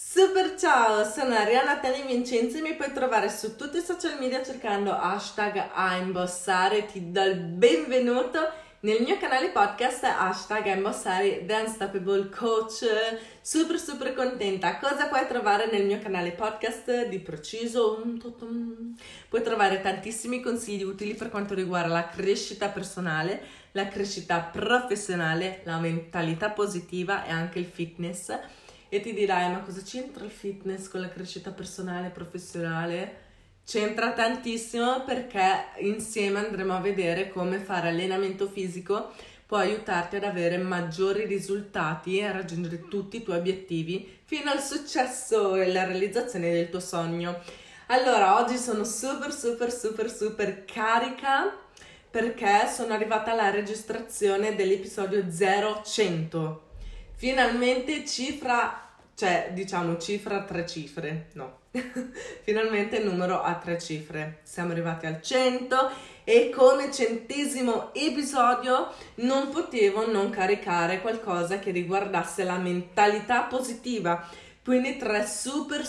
Super ciao, sono Arianna Tani Vincenzi e mi puoi trovare su tutti i social media cercando hashtag a imbossare. Ti do il benvenuto nel mio canale podcast hashtag a imbossare The Unstoppable Coach. Super contenta. Cosa puoi trovare nel mio canale podcast di preciso? Puoi trovare tantissimi consigli utili per quanto riguarda la crescita personale, la crescita professionale, la mentalità positiva e anche il fitness. E ti dirai, ma cosa c'entra il fitness con la crescita personale e professionale? C'entra tantissimo, perché insieme andremo a vedere come fare allenamento fisico può aiutarti ad avere maggiori risultati e a raggiungere tutti i tuoi obiettivi fino al successo e alla realizzazione del tuo sogno. Allora, oggi sono super carica perché sono arrivata alla registrazione dell'episodio 0100. Finalmente cifra a 3 cifre, no, finalmente il numero a 3 cifre, siamo arrivati al 100 e come 100° episodio non potevo non caricare qualcosa che riguardasse la mentalità positiva, quindi 3 super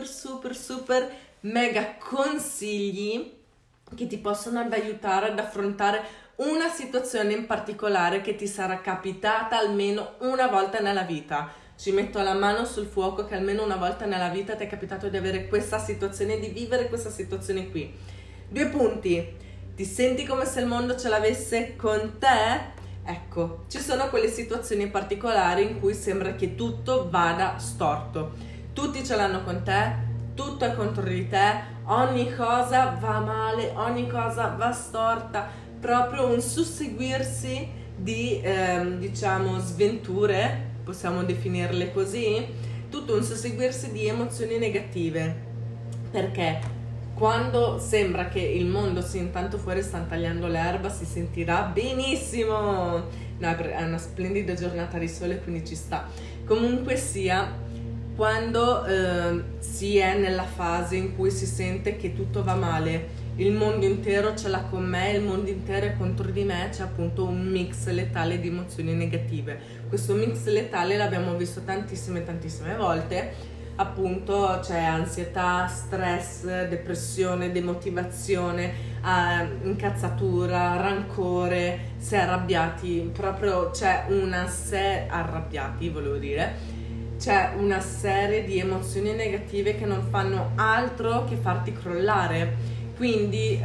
mega consigli che ti possono aiutare ad affrontare una situazione in particolare che ti sarà capitata almeno una volta nella vita. Ci metto la mano sul fuoco che almeno una volta nella vita ti è capitato di avere questa situazione, di vivere questa situazione qui. 2 punti. Ti senti come se il mondo ce l'avesse con te? Ecco, ci sono quelle situazioni particolari in cui sembra che tutto vada storto. Tutti ce l'hanno con te, tutto è contro di te, ogni cosa va male, ogni cosa va storta. Proprio un susseguirsi di sventure, possiamo definirle così, tutto un susseguirsi di emozioni negative, perché quando sembra che il mondo sia intanto fuori stanno tagliando l'erba si sentirà benissimo, no, è una splendida giornata di sole, quindi ci sta. Comunque sia, quando si è nella fase in cui si sente che tutto va male, il mondo intero ce l'ha con me, il mondo intero è contro di me, c'è appunto un mix letale di emozioni negative. Questo mix letale l'abbiamo visto tantissime volte, appunto c'è ansietà, stress, depressione, demotivazione, incazzatura, rancore, sei arrabbiati, proprio c'è c'è una serie di emozioni negative che non fanno altro che farti crollare. Quindi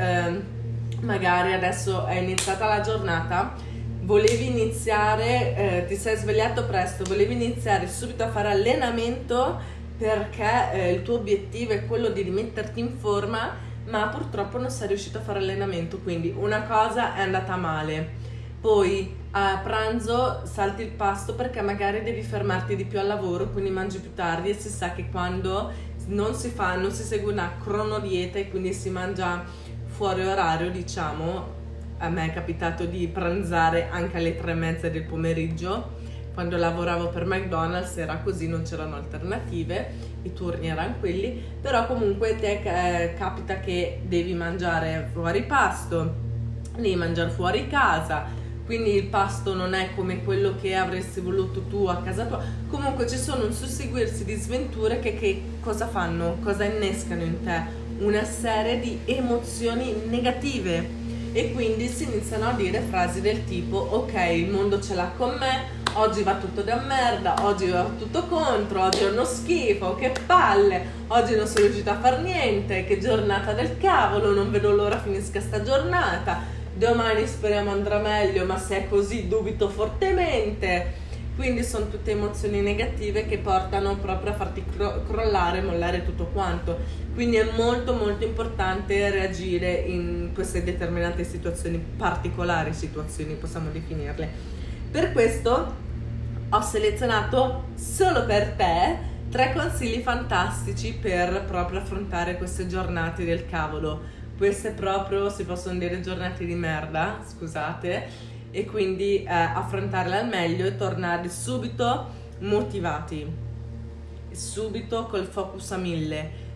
magari adesso è iniziata la giornata, volevi iniziare, ti sei svegliato presto, volevi iniziare subito a fare allenamento perché il tuo obiettivo è quello di rimetterti in forma, ma purtroppo non sei riuscito a fare allenamento, quindi una cosa è andata male. Poi a pranzo salti il pasto perché magari devi fermarti di più al lavoro, quindi mangi più tardi, e si sa che quando non si segue una cronodieta e quindi si mangia fuori orario, diciamo, a me è capitato di pranzare anche alle 3:30 del pomeriggio, quando lavoravo per McDonald's era così, non c'erano alternative, i turni erano quelli, però comunque capita che devi mangiare fuori pasto, devi mangiare fuori casa, quindi il pasto non è come quello che avresti voluto tu a casa tua. Comunque ci sono un susseguirsi di sventure che cosa fanno? Cosa innescano in te? Una serie di emozioni negative, e quindi si iniziano a dire frasi del tipo: ok, il mondo ce l'ha con me, oggi va tutto da merda, oggi va tutto contro, oggi è uno schifo, che palle, oggi non sono riuscita a far niente, che giornata del cavolo, non vedo l'ora finisca sta giornata, domani speriamo andrà meglio, ma se è così dubito fortemente. Quindi sono tutte emozioni negative che portano proprio a farti crollare, mollare tutto quanto. Quindi è molto importante reagire in queste determinate situazioni, particolari situazioni possiamo definirle. Per questo ho selezionato solo per te 3 consigli fantastici per proprio affrontare queste giornate del cavolo. Queste proprio si possono dire giornate di merda, scusate, e quindi affrontarle al meglio e tornare subito motivati, subito col focus a 1000,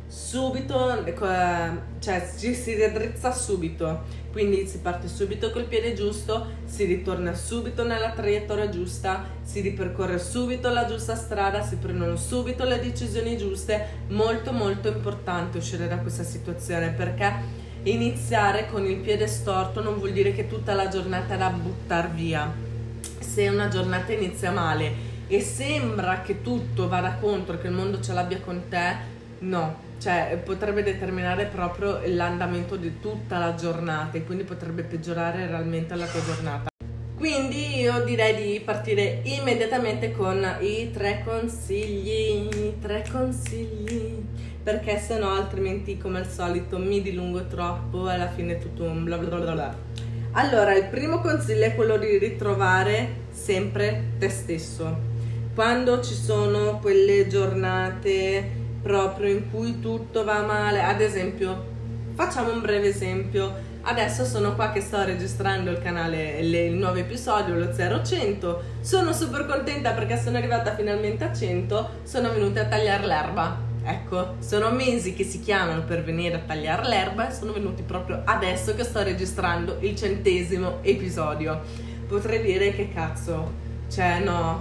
subito, cioè ci si raddrizza subito, quindi si parte subito col piede giusto, si ritorna subito nella traiettoria giusta, si ripercorre subito la giusta strada, si prendono subito le decisioni giuste. Molto molto importante uscire da questa situazione, perché iniziare con il piede storto non vuol dire che tutta la giornata è da buttar via. Se una giornata inizia male e sembra che tutto vada contro, che il mondo ce l'abbia con te, no, cioè potrebbe determinare proprio l'andamento di tutta la giornata e quindi potrebbe peggiorare realmente la tua giornata. Quindi io direi di partire immediatamente con i 3 consigli, perché sennò altrimenti come al solito mi dilungo troppo e alla fine è tutto un bla bla bla bla. Allora, il primo consiglio è quello di ritrovare sempre te stesso. Quando ci sono quelle giornate proprio in cui tutto va male, ad esempio, facciamo un breve esempio. Adesso sono qua che sto registrando il canale, il nuovo episodio, lo 0100. Sono super contenta perché sono arrivata finalmente a 100. Sono venuta a tagliare l'erba. Ecco, sono mesi che si chiamano per venire a tagliare l'erba e sono venuti proprio adesso che sto registrando il 100° episodio. Potrei dire che cazzo, cioè no,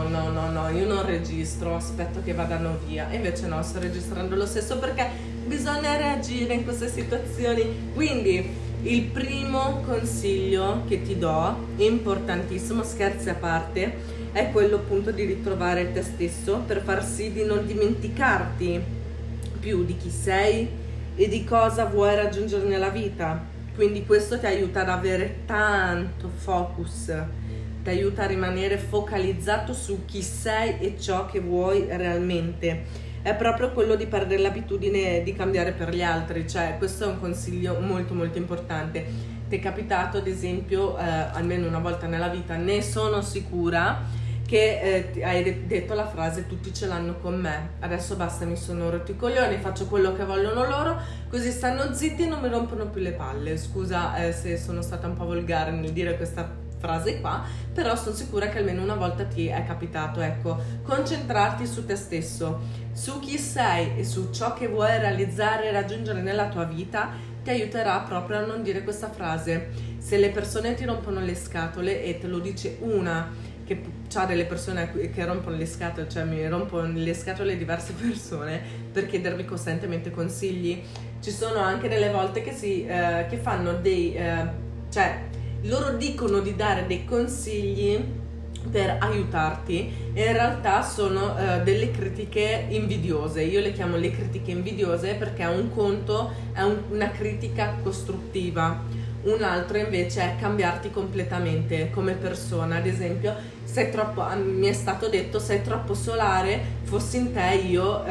io non registro, aspetto che vadano via. E invece no, sto registrando lo stesso perché bisogna reagire in queste situazioni. Quindi il primo consiglio che ti do, importantissimo, scherzi a parte, è quello appunto di ritrovare te stesso per far sì di non dimenticarti più di chi sei e di cosa vuoi raggiungere nella vita. Quindi questo ti aiuta ad avere tanto focus, ti aiuta a rimanere focalizzato su chi sei e ciò che vuoi realmente. È proprio quello di perdere l'abitudine di cambiare per gli altri, cioè questo è un consiglio molto molto importante. Ti è capitato ad esempio almeno una volta nella vita, ne sono sicura, che hai detto la frase tutti ce l'hanno con me, adesso basta, mi sono rotto i coglioni, faccio quello che vogliono loro, così stanno zitti e non mi rompono più le palle. Scusa se sono stata un po' volgare nel dire questa frase qua, però sono sicura che almeno una volta ti è capitato. Ecco, concentrarti su te stesso, su chi sei e su ciò che vuoi realizzare e raggiungere nella tua vita ti aiuterà proprio a non dire questa frase. Se le persone ti rompono le scatole, e te lo dice una che ha delle persone che rompono le scatole, cioè mi rompono le scatole diverse persone per chiedermi costantemente consigli. Ci sono anche delle volte che fanno dei cioè loro dicono di dare dei consigli per aiutarti e in realtà sono delle critiche invidiose. Io le chiamo le critiche invidiose perché un conto è una critica costruttiva, un altro invece è cambiarti completamente come persona. Ad esempio, mi è stato detto sei troppo solare, fossi in te io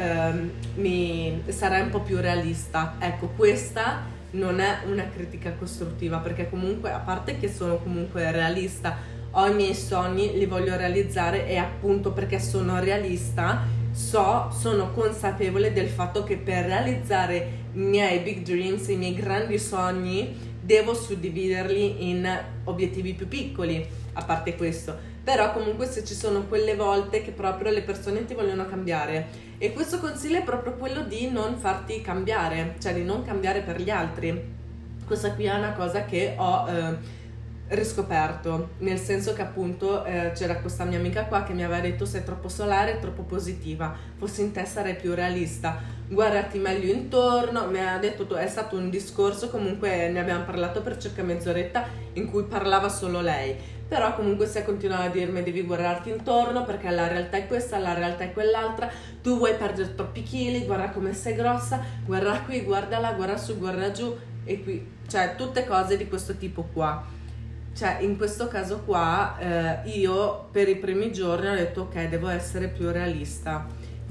mi sarei un po' più realista. Ecco, questa non è una critica costruttiva, perché comunque, a parte che sono comunque realista, ho i miei sogni, li voglio realizzare e appunto perché sono realista sono consapevole del fatto che per realizzare i miei big dreams, i miei grandi sogni, devo suddividerli in obiettivi più piccoli. A parte questo, però comunque se ci sono quelle volte che proprio le persone ti vogliono cambiare, e questo consiglio è proprio quello di non farti cambiare, cioè di non cambiare per gli altri. Questa qui è una cosa che ho riscoperto, nel senso che appunto c'era questa mia amica qua che mi aveva detto sei troppo solare, troppo positiva, fossi in te sarei più realista, guardati meglio intorno. Mi ha detto, è stato un discorso, comunque ne abbiamo parlato per circa mezz'oretta in cui parlava solo lei, però comunque se continuava a dirmi devi guardarti intorno perché la realtà è questa, la realtà è quell'altra, tu vuoi perdere troppi chili, guarda come sei grossa, guarda qui, guarda là, guarda su, guarda giù e qui, cioè tutte cose di questo tipo qua. Cioè in questo caso qua io per i primi giorni ho detto ok, devo essere più realista,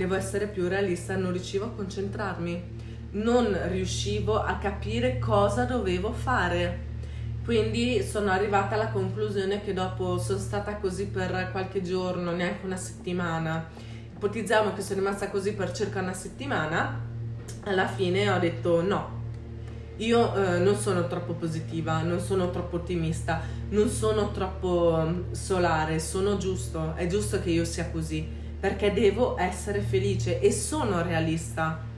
non riuscivo a concentrarmi, non riuscivo a capire cosa dovevo fare. Quindi sono arrivata alla conclusione che dopo sono stata così per qualche giorno, neanche una settimana, ipotizziamo che sono rimasta così per circa una settimana, alla fine ho detto no, io non sono troppo positiva, non sono troppo ottimista, non sono troppo solare, sono giusto, è giusto che io sia così, perché devo essere felice e sono realista.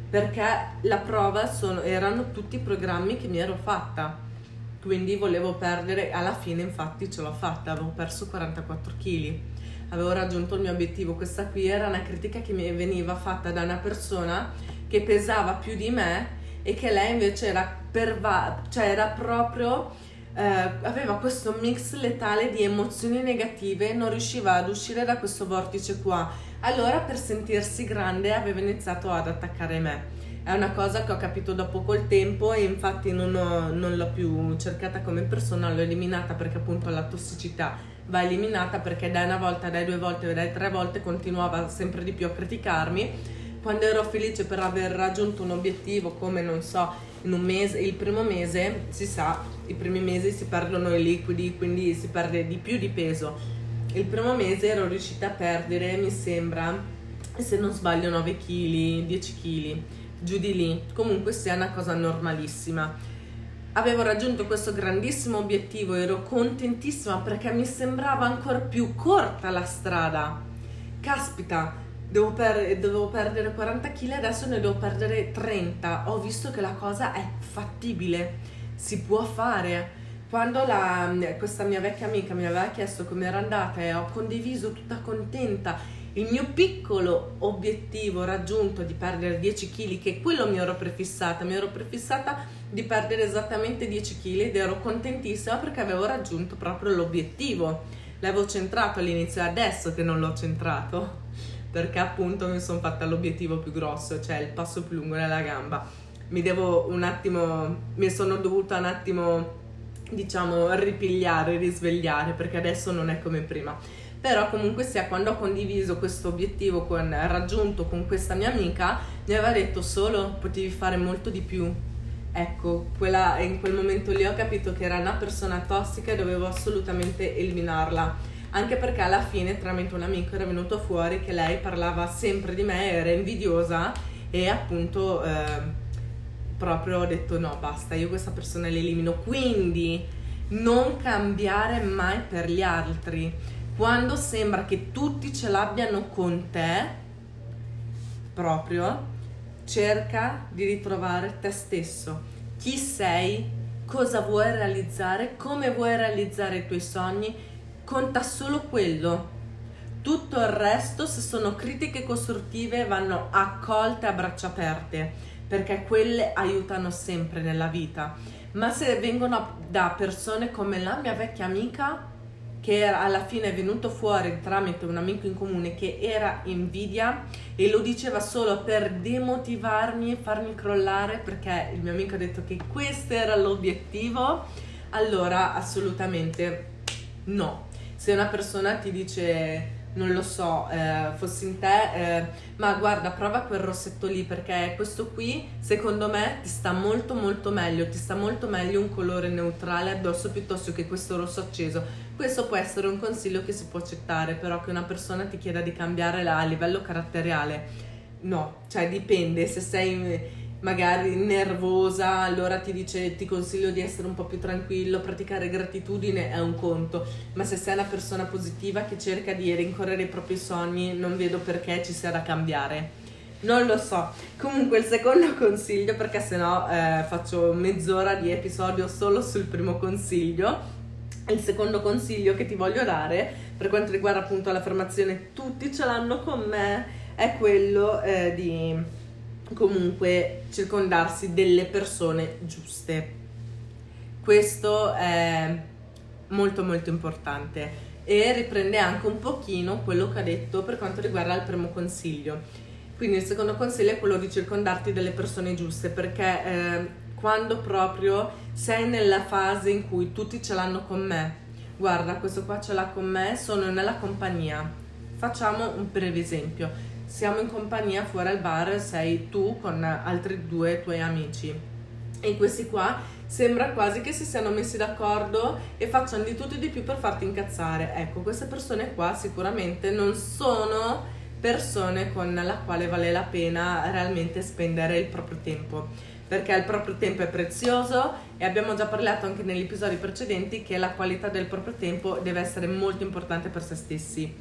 perché la prova erano tutti i programmi che mi ero fatta, quindi volevo perdere, alla fine infatti ce l'ho fatta, avevo perso 44 kg, avevo raggiunto il mio obiettivo. Questa qui era una critica che mi veniva fatta da una persona che pesava più di me e che lei invece era proprio aveva questo mix letale di emozioni negative, non riusciva ad uscire da questo vortice qua. Allora, per sentirsi grande, aveva iniziato ad attaccare me. È una cosa che ho capito dopo col tempo e infatti non l'ho più cercata come persona, l'ho eliminata, perché appunto la tossicità va eliminata, perché dai una volta, dai 2 volte, dai 3 volte continuava sempre di più a criticarmi. Quando ero felice per aver raggiunto un obiettivo, come non so, in un mese, il primo mese, si sa, i primi mesi si perdono i liquidi, quindi si perde di più di peso. Il primo mese ero riuscita a perdere, mi sembra, se non sbaglio, 9 kg, 10 kg, giù di lì. Comunque sia una cosa normalissima. Avevo raggiunto questo grandissimo obiettivo, ero contentissima perché mi sembrava ancora più corta la strada. Caspita, dovevo perdere 40 kg, adesso ne devo perdere 30. Ho visto che la cosa è fattibile, si può fare. Quando questa mia vecchia amica mi aveva chiesto come era andata e ho condiviso tutta contenta il mio piccolo obiettivo raggiunto di perdere 10 kg, che quello mi ero prefissata di perdere esattamente 10 kg ed ero contentissima perché avevo raggiunto proprio l'obiettivo. L'avevo centrato all'inizio, adesso che non l'ho centrato, perché appunto mi sono fatta l'obiettivo più grosso, cioè il passo più lungo nella gamba. Mi sono dovuta un attimo, diciamo, ripigliare, risvegliare, perché adesso non è come prima. Però comunque sia, quando ho condiviso questo obiettivo raggiunto con questa mia amica, mi aveva detto: solo potevi fare molto di più. Ecco, in quel momento lì ho capito che era una persona tossica e dovevo assolutamente eliminarla. Anche perché alla fine, tramite un amico, era venuto fuori che lei parlava sempre di me, era invidiosa e appunto proprio ho detto no, basta, io questa persona l'elimino. Quindi non cambiare mai per gli altri. Quando sembra che tutti ce l'abbiano con te, proprio cerca di ritrovare te stesso. Chi sei, cosa vuoi realizzare, come vuoi realizzare i tuoi sogni. Conta solo quello. Tutto il resto, se sono critiche costruttive, vanno accolte a braccia aperte, perché quelle aiutano sempre nella vita. Ma se vengono da persone come la mia vecchia amica, che alla fine è venuto fuori tramite un amico in comune, che era invidia e lo diceva solo per demotivarmi e farmi crollare, perché il mio amico ha detto che questo era l'obiettivo, allora assolutamente no. Se una persona ti dice, non lo so, fossi in te, ma guarda, prova quel rossetto lì, perché questo qui secondo me ti sta molto molto meglio, un colore neutrale addosso piuttosto che questo rosso acceso. Questo può essere un consiglio che si può accettare, però che una persona ti chieda di cambiare a livello caratteriale, no, cioè dipende. Se sei magari nervosa, allora ti consiglio di essere un po' più tranquillo, praticare gratitudine è un conto, ma se sei una persona positiva che cerca di rincorrere i propri sogni, non vedo perché ci sia da cambiare. Non lo so. Comunque il secondo consiglio, perché sennò faccio mezz'ora di episodio solo sul primo consiglio. Il secondo consiglio che ti voglio dare per quanto riguarda appunto l'affermazione tutti ce l'hanno con me è quello di comunque circondarsi delle persone giuste. Questo è molto molto importante e riprende anche un pochino quello che ho detto per quanto riguarda il primo consiglio. Quindi il secondo consiglio è quello di circondarti delle persone giuste, perché quando proprio sei nella fase in cui tutti ce l'hanno con me, guarda questo qua ce l'ha con me, sono nella compagnia, facciamo un breve esempio, siamo in compagnia fuori al bar, sei tu con altri 2 tuoi amici e questi qua sembra quasi che si siano messi d'accordo e facciano di tutto e di più per farti incazzare. Ecco, queste persone qua sicuramente non sono persone con la quale vale la pena realmente spendere il proprio tempo, perché il proprio tempo è prezioso e abbiamo già parlato anche negli episodi precedenti che la qualità del proprio tempo deve essere molto importante per se stessi.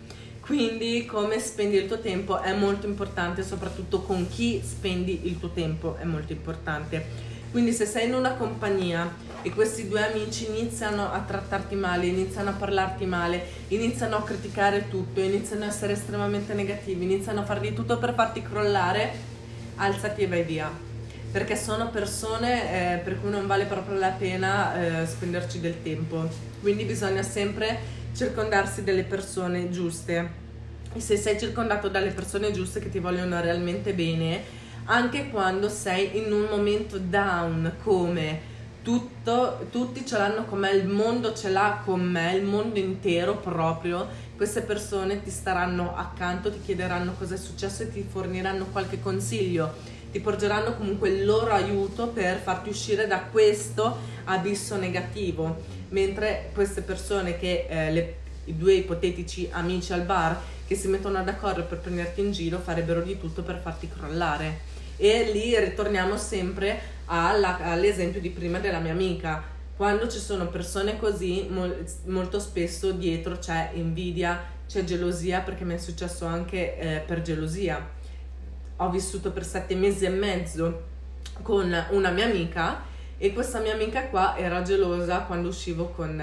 Quindi come spendi il tuo tempo è molto importante, soprattutto con chi spendi il tuo tempo è molto importante. Quindi se sei in una compagnia e questi due amici iniziano a trattarti male, iniziano a parlarti male, iniziano a criticare tutto, iniziano a essere estremamente negativi, iniziano a far di tutto per farti crollare, alzati e vai via. Perché sono persone per cui non vale proprio la pena spenderci del tempo. Quindi bisogna sempre circondarsi delle persone giuste, e se sei circondato dalle persone giuste che ti vogliono realmente bene, anche quando sei in un momento down, come tutti ce l'hanno con me, il mondo ce l'ha con me, il mondo intero proprio, queste persone ti staranno accanto, ti chiederanno cosa è successo e ti forniranno qualche consiglio, ti porgeranno comunque il loro aiuto per farti uscire da questo abisso negativo. Mentre queste persone che i due ipotetici amici al bar che si mettono d'accordo per prenderti in giro farebbero di tutto per farti crollare. E lì ritorniamo sempre all'esempio di prima della mia amica. Quando ci sono persone così, molto spesso dietro c'è invidia, c'è gelosia, perché mi è successo anche per gelosia. Ho vissuto per 7 mesi e mezzo con una mia amica, e questa mia amica qua era gelosa quando uscivo con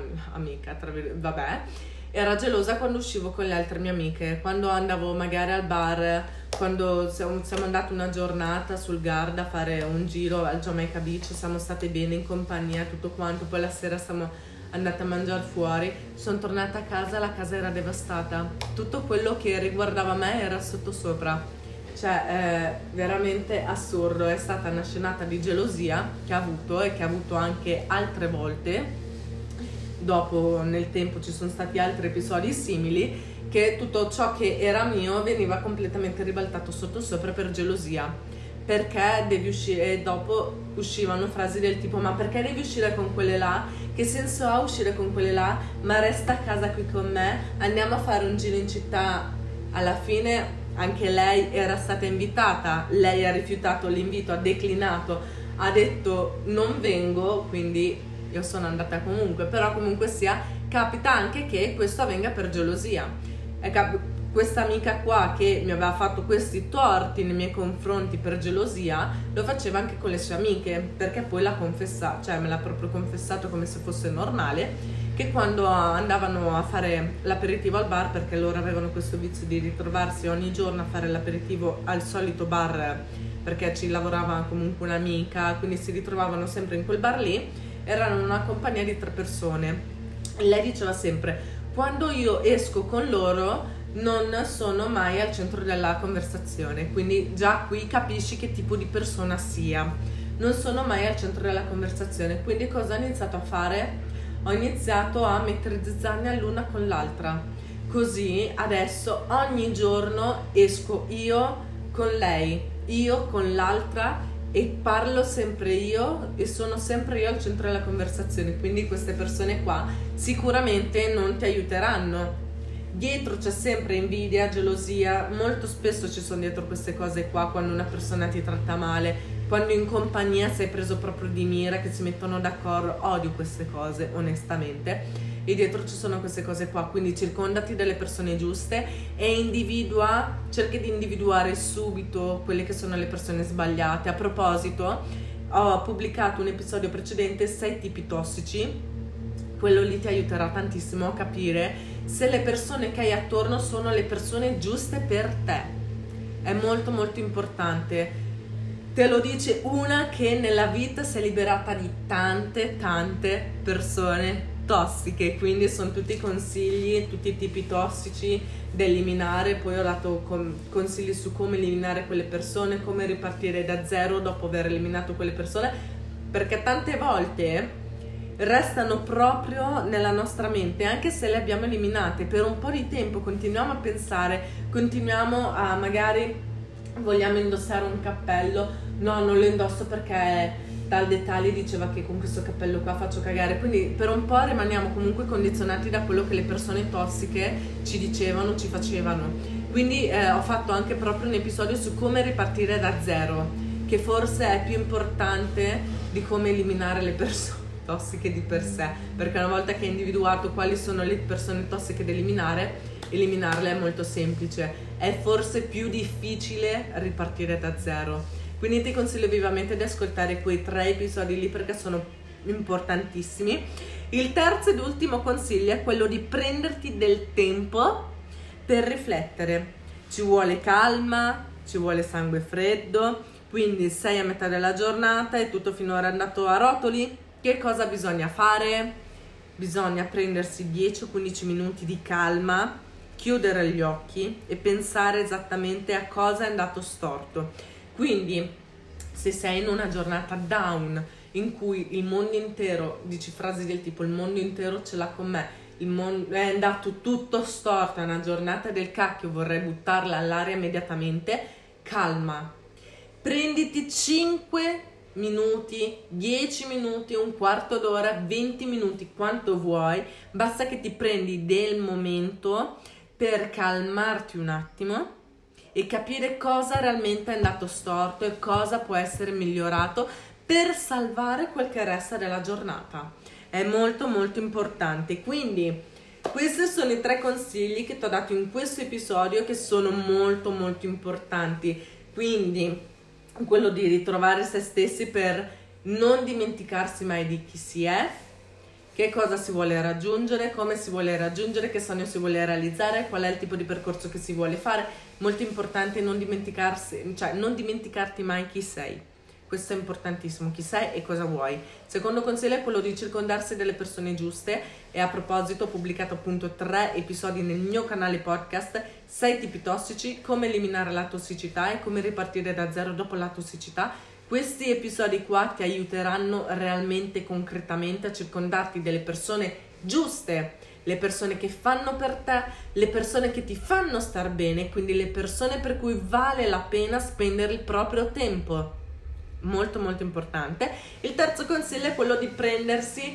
era gelosa quando uscivo con le altre mie amiche, quando andavo magari al bar, quando siamo andati una giornata sul Garda a fare un giro al Jamaica Beach, siamo state bene in compagnia, tutto quanto, poi la sera siamo andate a mangiare fuori, sono tornata a casa, la casa era devastata, tutto quello che riguardava me era sottosopra. Cioè è veramente assurdo, è stata una scenata di gelosia che ha avuto e che ha avuto anche altre volte. Dopo nel tempo ci sono stati altri episodi simili, che tutto ciò che era mio veniva completamente ribaltato sottosopra per gelosia. Perché devi uscire? E dopo uscivano frasi del tipo: ma perché devi uscire con quelle là? Che senso ha uscire con quelle là? Ma resta a casa qui con me, andiamo a fare un giro in città. Alla fine anche lei era stata invitata, lei ha rifiutato l'invito, ha declinato, ha detto non vengo, quindi io sono andata comunque. Però comunque sia, capita anche che questo avvenga per gelosia. Questa amica qua che mi aveva fatto questi torti nei miei confronti per gelosia lo faceva anche con le sue amiche, perché poi l'ha confessato, cioè me l'ha proprio confessato come se fosse normale, che quando andavano a fare l'aperitivo al bar, perché loro avevano questo vizio di ritrovarsi ogni giorno a fare l'aperitivo al solito bar, perché ci lavorava comunque un'amica, quindi si ritrovavano sempre in quel bar lì, erano una compagnia di 3 persone. E lei diceva sempre: quando io esco con loro non sono mai al centro della conversazione, quindi già qui capisci che tipo di persona sia. Non sono mai al centro della conversazione, quindi cosa ho iniziato a fare? Ho iniziato a mettere zizzania l'una con l'altra, così adesso ogni giorno esco io con lei, io con l'altra, e parlo sempre io e sono sempre io al centro della conversazione. Quindi queste persone qua sicuramente non ti aiuteranno. Dietro c'è sempre invidia, gelosia, molto spesso ci sono dietro queste cose qua quando una persona ti tratta male, quando in compagnia sei preso proprio di mira, che si mettono d'accordo. Odio queste cose onestamente, e dietro ci sono queste cose qua. Quindi circondati delle persone giuste e cerchi di individuare subito quelle che sono le persone sbagliate. A proposito, ho pubblicato un episodio precedente, 6 tipi tossici. Quello lì ti aiuterà tantissimo a capire se le persone che hai attorno sono le persone giuste per te. È molto molto importante. Te lo dice una che nella vita si è liberata di tante persone tossiche, quindi sono tutti consigli, tutti i tipi tossici da eliminare. Poi ho dato consigli su come eliminare quelle persone, come ripartire da zero dopo aver eliminato quelle persone, perché tante volte restano proprio nella nostra mente, anche se le abbiamo eliminate. Per un po' di tempo continuiamo a pensare, continuiamo a magari vogliamo indossare un cappello, no, non lo indosso perché tal dettaglio diceva che con questo cappello qua faccio cagare. Quindi per un po' rimaniamo comunque condizionati da quello che le persone tossiche ci dicevano, ci facevano. Quindi ho fatto anche proprio un episodio su come ripartire da zero, che forse è più importante di come eliminare le persone tossiche di per sé, perché una volta che hai individuato quali sono le persone tossiche da eliminare, eliminarle è molto semplice, è forse più difficile ripartire da zero. Quindi ti consiglio vivamente di ascoltare quei 3 episodi lì perché sono importantissimi. Il terzo ed ultimo consiglio è quello di prenderti del tempo per riflettere. Ci vuole calma, ci vuole sangue freddo, quindi sei a metà della giornata e tutto finora è andato a rotoli. Che cosa bisogna fare? Bisogna prendersi 10-15 minuti di calma, chiudere gli occhi e pensare esattamente a cosa è andato storto. Quindi se sei in una giornata down in cui il mondo intero, dici frasi del tipo il mondo intero ce l'ha con me, il mondo è andato tutto storto, è una giornata del cacchio, vorrei buttarla all'aria immediatamente, calma, prenditi 5 minuti, 10 minuti, un quarto d'ora, 20 minuti, quanto vuoi, basta che ti prendi del momento per calmarti un attimo e capire cosa realmente è andato storto e cosa può essere migliorato per salvare quel che resta della giornata. È molto molto importante. Quindi questi sono i 3 consigli che ti ho dato in questo episodio, che sono molto molto importanti. Quindi quello di ritrovare se stessi per non dimenticarsi mai di chi si è, che cosa si vuole raggiungere, come si vuole raggiungere, che sogno si vuole realizzare, qual è il tipo di percorso che si vuole fare. Molto importante non dimenticarsi, cioè non dimenticarti mai chi sei. Questo è importantissimo, chi sei e cosa vuoi. Secondo consiglio è quello di circondarsi delle persone giuste, e a proposito ho pubblicato appunto 3 episodi nel mio canale podcast, 6 tipi tossici, come eliminare la tossicità e come ripartire da zero dopo la tossicità. Questi episodi qua ti aiuteranno realmente concretamente a circondarti delle persone giuste, le persone che fanno per te, le persone che ti fanno star bene, quindi le persone per cui vale la pena spendere il proprio tempo. Molto molto importante. Il terzo consiglio è quello di prendersi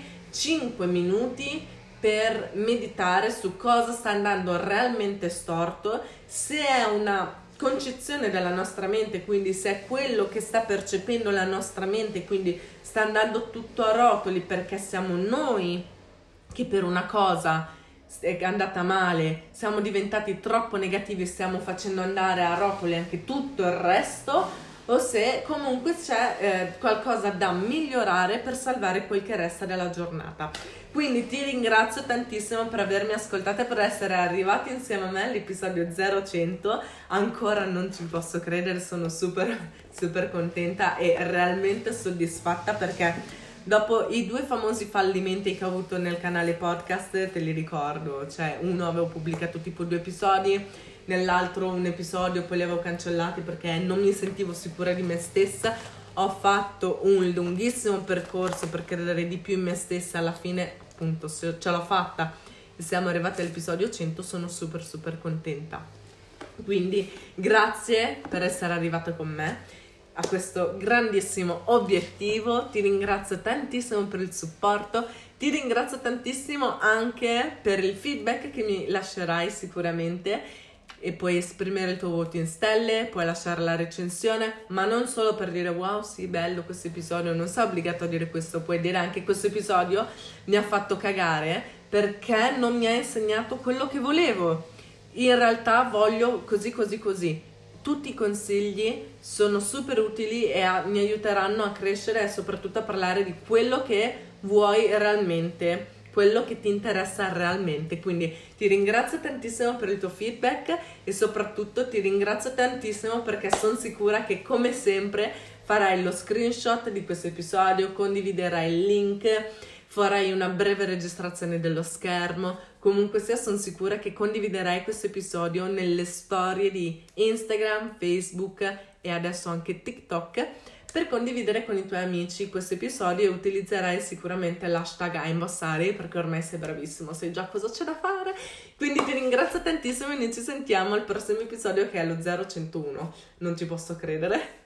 5 minuti per meditare su cosa sta andando realmente storto, se è una concezione della nostra mente, quindi se è quello che sta percependo la nostra mente, quindi sta andando tutto a rotoli perché siamo noi che per una cosa è andata male, siamo diventati troppo negativi e stiamo facendo andare a rotoli anche tutto il resto, o se comunque c'è qualcosa da migliorare per salvare quel che resta della giornata. Quindi ti ringrazio tantissimo per avermi ascoltato e per essere arrivati insieme a me all'episodio 0100. Ancora non ci posso credere, sono super super contenta e realmente soddisfatta, perché dopo i 2 famosi fallimenti che ho avuto nel canale podcast, te li ricordo, cioè uno avevo pubblicato tipo 2 episodi, nell'altro un episodio poi li avevo cancellati perché non mi sentivo sicura di me stessa. Ho fatto un lunghissimo percorso per credere di più in me stessa, alla fine appunto ce l'ho fatta e siamo arrivati all'episodio 100, sono super super contenta. Quindi grazie per essere arrivata con me a questo grandissimo obiettivo, ti ringrazio tantissimo per il supporto, ti ringrazio tantissimo anche per il feedback che mi lascerai sicuramente, e puoi esprimere il tuo voto in stelle, puoi lasciare la recensione, ma non solo per dire wow sì bello questo episodio, non sei obbligato a dire questo, puoi dire anche questo episodio mi ha fatto cagare perché non mi ha insegnato quello che volevo, in realtà voglio così così così. Tutti i consigli sono super utili e mi aiuteranno a crescere e soprattutto a parlare di quello che vuoi realmente, quello che ti interessa realmente. Quindi ti ringrazio tantissimo per il tuo feedback e soprattutto ti ringrazio tantissimo perché sono sicura che come sempre farai lo screenshot di questo episodio, condividerai il link, farai una breve registrazione dello schermo, comunque sia sono sicura che condividerai questo episodio nelle storie di Instagram, Facebook e adesso anche TikTok per condividere con i tuoi amici questo episodio, e utilizzerai sicuramente l'hashtag #Imbossari perché ormai sei bravissimo, sai già cosa c'è da fare. Quindi ti ringrazio tantissimo e noi ci sentiamo al prossimo episodio che è lo 0101. Non ci posso credere.